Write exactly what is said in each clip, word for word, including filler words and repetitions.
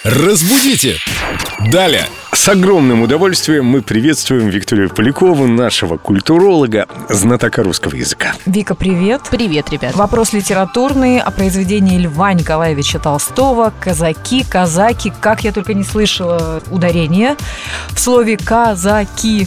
Разбудите! Далее! С огромным удовольствием мы приветствуем Викторию Полякову, нашего культуролога, знатока русского языка. Вика, привет. Привет, ребят. Вопрос литературный о произведении Льва Николаевича Толстого «Казаки», «казаки». Как я только не слышала ударение в слове «казаки».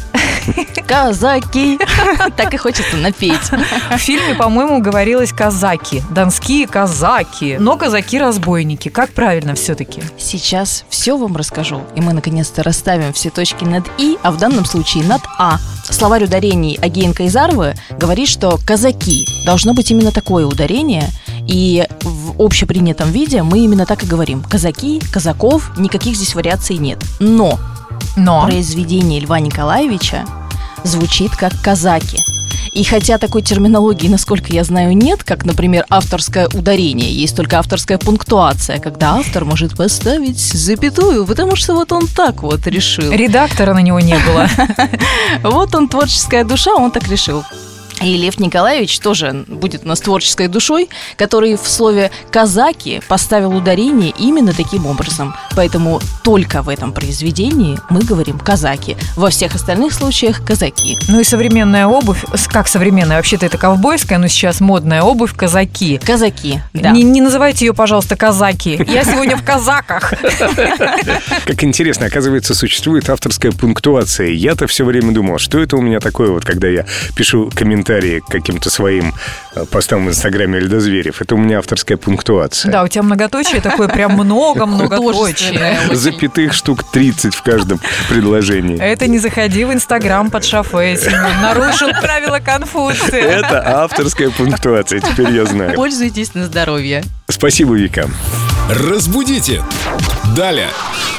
Казаки. Так и хочется напеть. В фильме, по-моему, говорилось «казаки». Донские казаки. Но казаки-разбойники. Как правильно все-таки? Сейчас все вам расскажу. И мы наконец-то расставим все точки над «и», а в данном случае над «а». Словарь ударений Агеенко и Зарвы говорит, что «казаки» должно быть именно такое ударение. И в общепринятом виде мы именно так и говорим. Казаки, казаков, никаких здесь вариаций нет. Но, Но. произведение Льва Николаевича звучит как «казаки». И хотя такой терминологии, насколько я знаю, нет, как, например, авторское ударение, есть только авторская пунктуация, когда автор может поставить запятую, потому что вот он так вот решил. Редактора на него не было. Вот он, творческая душа, он так решил. И Лев Николаевич тоже будет у нас творческой душой, который в слове «казаки» поставил ударение именно таким образом. Поэтому только в этом произведении мы говорим «казаки». Во всех остальных случаях «казаки». Ну и современная обувь, как современная, вообще-то это ковбойская, но сейчас модная обувь «казаки». Казаки, да. Не, не называйте ее, пожалуйста, «казаки». Я сегодня в казаках. Как интересно, оказывается, существует авторская пунктуация. Я-то все время думал, что это у меня такое, вот когда я пишу комментарии к каким-то своим постам в Инстаграме Льдозверев. Это у меня авторская пунктуация. Да, у тебя многоточие такое прям много-многоточие. Запятых штук тридцать в каждом предложении. Это не заходи в Инстаграм под шофе, нарушил правила Конфуция. Это авторская пунктуация, теперь я знаю. Пользуйтесь на здоровье. Спасибо, Вика. Разбудите! Далее!